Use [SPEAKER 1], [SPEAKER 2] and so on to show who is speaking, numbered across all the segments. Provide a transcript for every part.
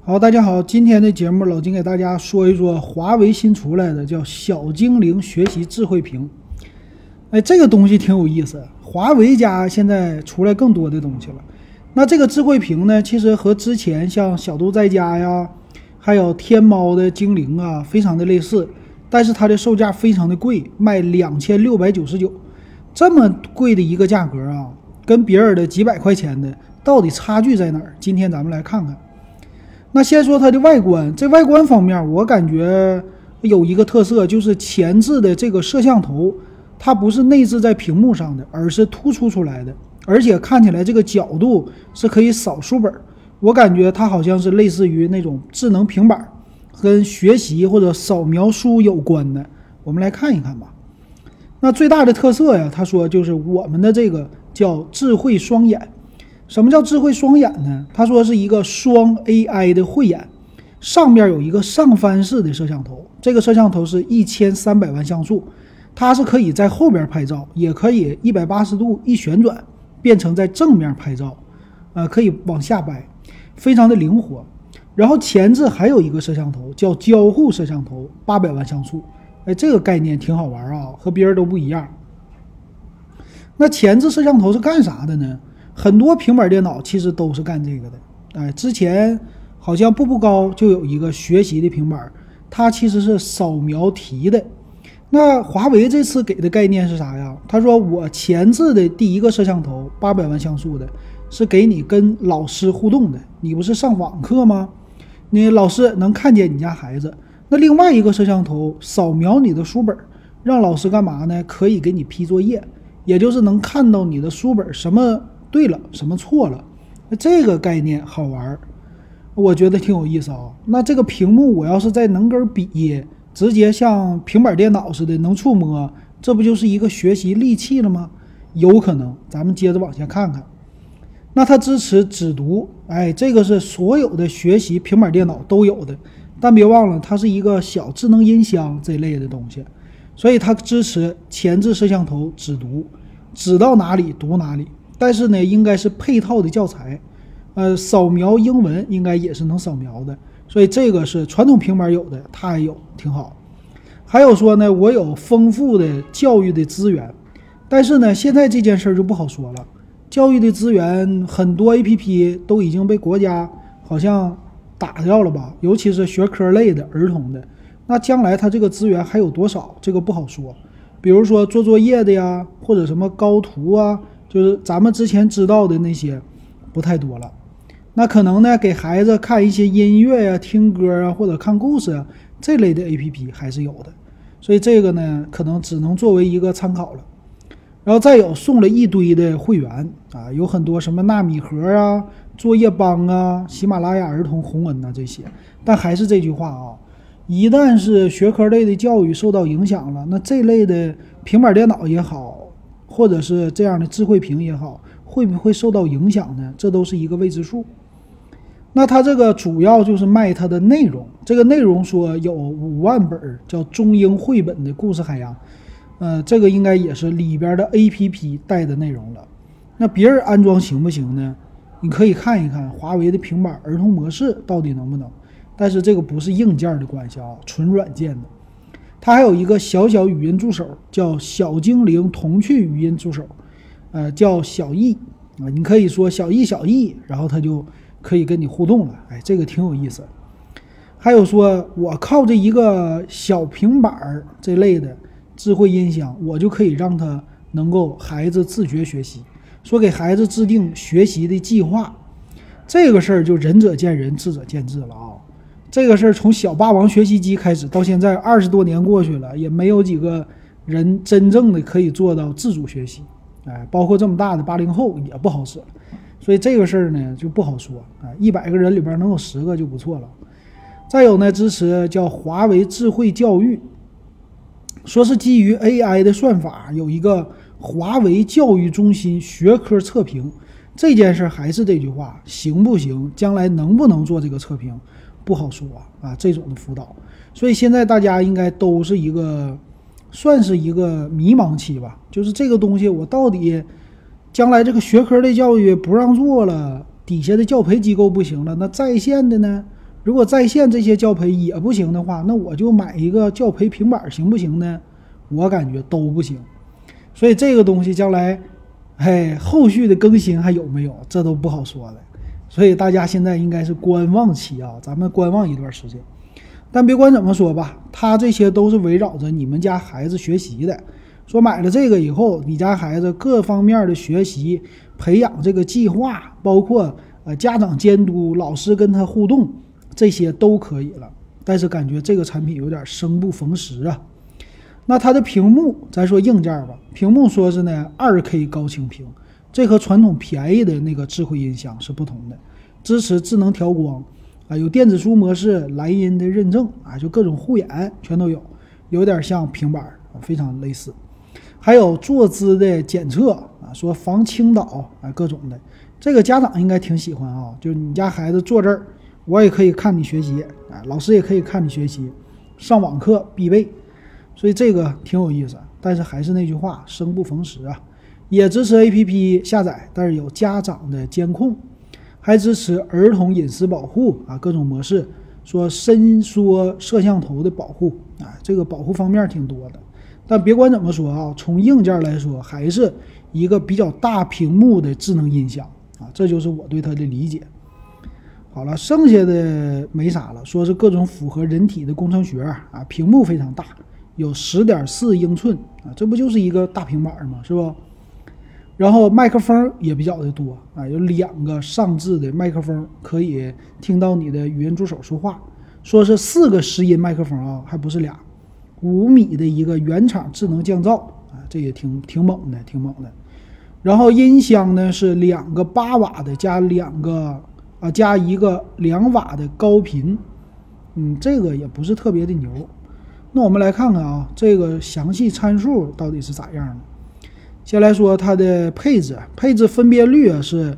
[SPEAKER 1] 好，大家好，今天的节目老金给大家说一说华为新出来的叫小精灵学习智慧屏。这个东西挺有意思，华为家现在出来更多的东西了。那这个智慧屏呢，其实和之前像小度在家呀，还有天猫的精灵啊，非常的类似，但是它的售价非常的贵，卖2699，这么贵的一个价格啊，跟别人的几百块钱的到底差距在哪儿？今天咱们来看看。那先说它的外观，这外观方面我感觉有一个特色，就是前置的这个摄像头它不是内置在屏幕上的，而是突出出来的，而且看起来这个角度是可以扫书本，我感觉它好像是类似于那种智能平板，跟学习或者扫描书有关的。我们来看一看吧。那最大的特色呀，他说就是我们的这个叫智慧双眼。什么叫智慧双眼呢？他说是一个双 AI 的慧眼，上面有一个上翻式的摄像头，这个摄像头是1300万像素，它是可以在后边拍照，也可以180度一旋转变成在正面拍照，可以往下掰，非常的灵活。然后前置还有一个摄像头叫交互摄像头，800万像素，这个概念挺好玩啊，和别人都不一样。那前置摄像头是干啥的呢？很多平板电脑其实都是干这个的。之前好像步步高就有一个学习的平板，它其实是扫描题的。那华为这次给的概念是啥呀？他说我前置的第一个摄像头800万像素的，是给你跟老师互动的。你不是上网课吗？你老师能看见你家孩子。那另外一个摄像头扫描你的书本，让老师干嘛呢？可以给你批作业，也就是能看到你的书本什么对了什么错了，这个概念好玩，我觉得挺有意思啊。那这个屏幕我要是再能根笔直接像平板电脑似的能触摸，这不就是一个学习利器了吗？有可能。咱们接着往下看看。那它支持指读，这个是所有的学习平板电脑都有的，但别忘了它是一个小智能音箱这类的东西，所以它支持前置摄像头指读，指到哪里读哪里。但是呢，应该是配套的教材，扫描英文应该也是能扫描的，所以这个是传统平板有的，它也有，挺好。还有说呢，我有丰富的教育的资源，但是呢，现在这件事就不好说了。教育的资源很多 APP 都已经被国家好像打掉了吧，尤其是学科类的儿童的，那将来它这个资源还有多少，这个不好说。比如说做作业的呀，或者什么高图啊，就是咱们之前知道的那些不太多了。那可能呢，给孩子看一些音乐呀、听歌啊，或者看故事啊这类的 APP 还是有的，所以这个呢可能只能作为一个参考了。然后再有送了一堆的会员啊，有很多什么纳米盒啊、作业帮啊、喜马拉雅儿童红恩啊这些。但还是这句话啊，一旦是学科类的教育受到影响了，那这类的平板电脑也好，或者是这样的智慧屏也好，会不会受到影响呢？这都是一个未知数。那它这个主要就是卖它的内容，这个内容说有5万本叫中英绘本的故事海洋，这个应该也是里边的 APP 带的内容了。那别人安装行不行呢？你可以看一看华为的平板儿童模式到底能不能，但是这个不是硬件的关系啊，纯软件的。它还有一个小小语音助手，叫小精灵童趣语音助手，叫小易啊，你可以说小易小易，然后它就可以跟你互动了，这个挺有意思。还有说我靠这一个小平板这类的智慧音箱，我就可以让它能够孩子自学学习，说给孩子制定学习的计划，这个事儿就仁者见仁，智者见智了啊。这个事儿从小霸王学习机开始到现在20多年过去了，也没有几个人真正的可以做到自主学习，包括这么大的80后也不好使了。所以这个事儿呢就不好说，100个人里边能有10个就不错了。再有呢，支持叫华为智慧教育，说是基于 AI 的算法，有一个华为教育中心学科测评。这件事还是这句话，行不行，将来能不能做这个测评不好说啊，这种的辅导。所以现在大家应该都是算是一个迷茫期吧，就是这个东西我到底将来这个学科类教育不让做了，底下的教培机构不行了，那在线的呢， 如果在线这些教培也不行的话，那我就买一个教培平板行不行呢？我感觉都不行。所以这个东西将来后续的更新还有没有，这都不好说了。所以大家现在应该是观望期啊，咱们观望一段时间。但别管怎么说吧，它这些都是围绕着你们家孩子学习的。说买了这个以后，你家孩子各方面的学习培养这个计划，包括家长监督、老师跟他互动，这些都可以了。但是感觉这个产品有点生不逢时啊。那它的屏幕，咱说硬件吧，屏幕说是呢 2K 高清屏，这和传统便宜的那个智慧音箱是不同的，支持智能调光啊，有电子书模式、蓝音的认证啊，就各种护眼全都有，有点像平板非常类似。还有坐姿的检测啊，说防倾倒啊，各种的，这个家长应该挺喜欢啊，就是你家孩子坐这儿，我也可以看你学习啊，老师也可以看你学习，上网课必备。所以这个挺有意思，但是还是那句话，生不逢时啊。也支持 APP 下载，但是有家长的监控，还支持儿童隐私保护啊，各种模式，说伸缩摄像头的保护啊，这个保护方面挺多的。但别管怎么说啊，从硬件来说，还是一个比较大屏幕的智能音响啊，这就是我对它的理解。好了，剩下的没啥了，说是各种符合人体的工程学啊，屏幕非常大。有 10.4 英寸啊，这不就是一个大平板吗？是不？然后麦克风也比较的多啊，有2个上置的麦克风，可以听到你的语音助手说话。说是4个10音麦克风啊，还不是俩，5米的一个原厂智能降噪啊，这也挺猛的，挺猛的。然后音箱呢是2个8瓦的加加一个2瓦的高频，这个也不是特别的牛。那我们来看看啊，这个详细参数到底是咋样的。先来说它的配置分辨率是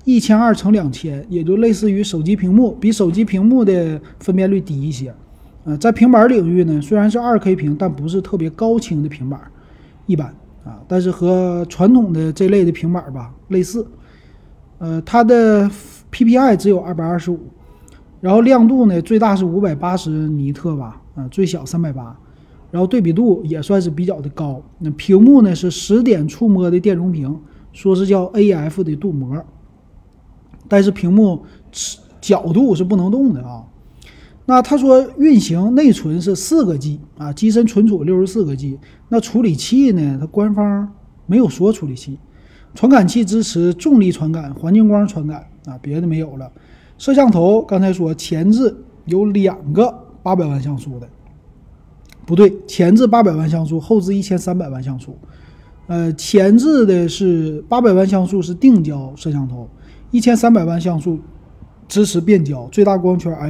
[SPEAKER 1] 1200×2000，也就类似于手机屏幕，比手机屏幕的分辨率低一些。在平板领域呢，虽然是 2K 屏，但不是特别高清的平板，一般啊，但是和传统的这类的平板吧类似。它的 PPI 只有225，然后亮度呢最大是580尼特瓦。最小380，然后对比度也算是比较的高。那屏幕呢是10点触摸的电容屏，说是叫 AF 的镀膜，但是屏幕角度是不能动的啊。那他说运行内存是4个 G 啊，机身存储64个 G。那处理器呢，它官方没有说处理器。传感器支持重力传感、环境光传感啊，别的没有了。摄像头刚才说前置有2个800万像素的，不对，前置800万像素，后置1300万像素。前置的是800万像素是定焦摄像头，1300万像素支持变焦，最大光圈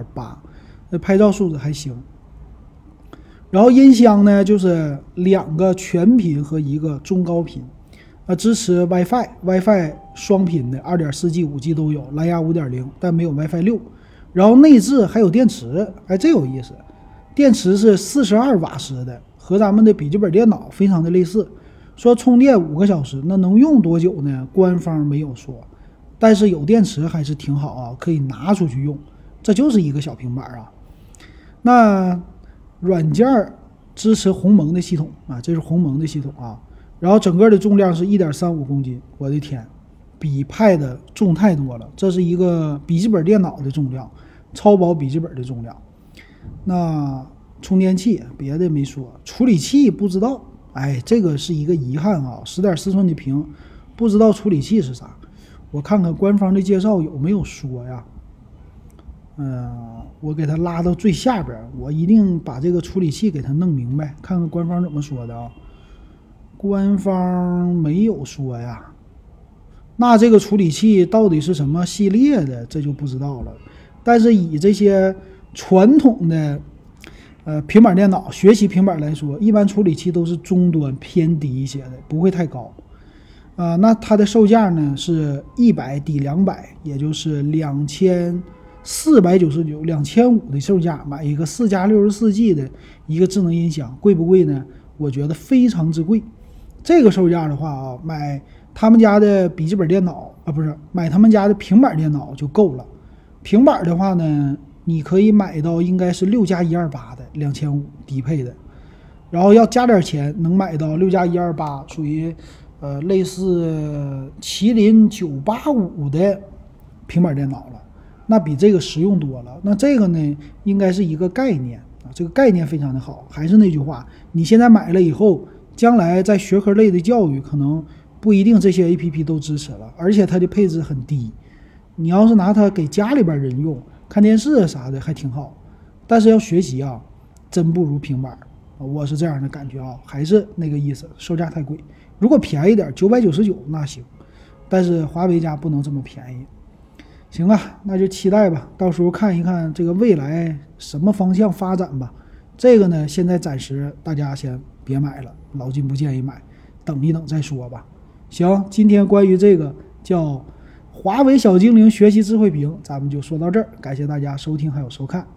[SPEAKER 1] f1.8，拍照素质还行。然后音箱呢就是2个全频和1个中高频，支持 WiFi 双频的 2.4G 5G 都有，蓝牙 5.0 但没有 WiFi 6。然后内置还有电池，这有意思，电池是42瓦时的，和咱们的笔记本电脑非常的类似。说充电5个小时，那能用多久呢？官方没有说，但是有电池还是挺好啊，可以拿出去用。这就是一个小平板啊。那软件支持鸿蒙的系统啊，这是鸿蒙的系统啊。然后整个的重量是 1.35 公斤，我的天，比 Pad 重太多了，这是一个笔记本电脑的重量，超薄笔记本的重量。那充电器别的没说，处理器不知道，这个是一个遗憾啊。10.4寸的屏，不知道处理器是啥，我看看官方的介绍有没有说呀。我给它拉到最下边，我一定把这个处理器给它弄明白，看看官方怎么说的啊。官方没有说呀，那这个处理器到底是什么系列的，这就不知道了。但是以这些传统的平板电脑、学习平板来说，一般处理器都是中端偏低一些的，不会太高。那它的售价呢是100抵200，也就是2499、2500的售价，买一个4+64G 的一个智能音响，贵不贵呢？我觉得非常之贵。这个售价的话啊，买他们家的笔记本电脑不是买他们家的平板电脑就够了。平板的话呢， 你可以买到应该是6+128的2500低配的，然后要加点钱能买到6+128，属于类似麒麟985的平板电脑了，那比这个实用多了。那这个呢，应该是一个概念啊，这个概念非常的好。还是那句话，你现在买了以后，将来在学科类的教育可能不一定这些 APP 都支持了，而且它的配置很低。你要是拿它给家里边人用，看电视啥的还挺好，但是要学习啊，真不如平板。我是这样的感觉啊，还是那个意思，售价太贵。如果便宜点，999那行，但是华为家不能这么便宜。行啊，那就期待吧，到时候看一看这个未来什么方向发展吧。这个呢，现在暂时大家先别买了，老金不建议买，等一等再说吧。行，今天关于这个叫华为小精灵学习智慧屏，咱们就说到这儿，感谢大家收听还有收看。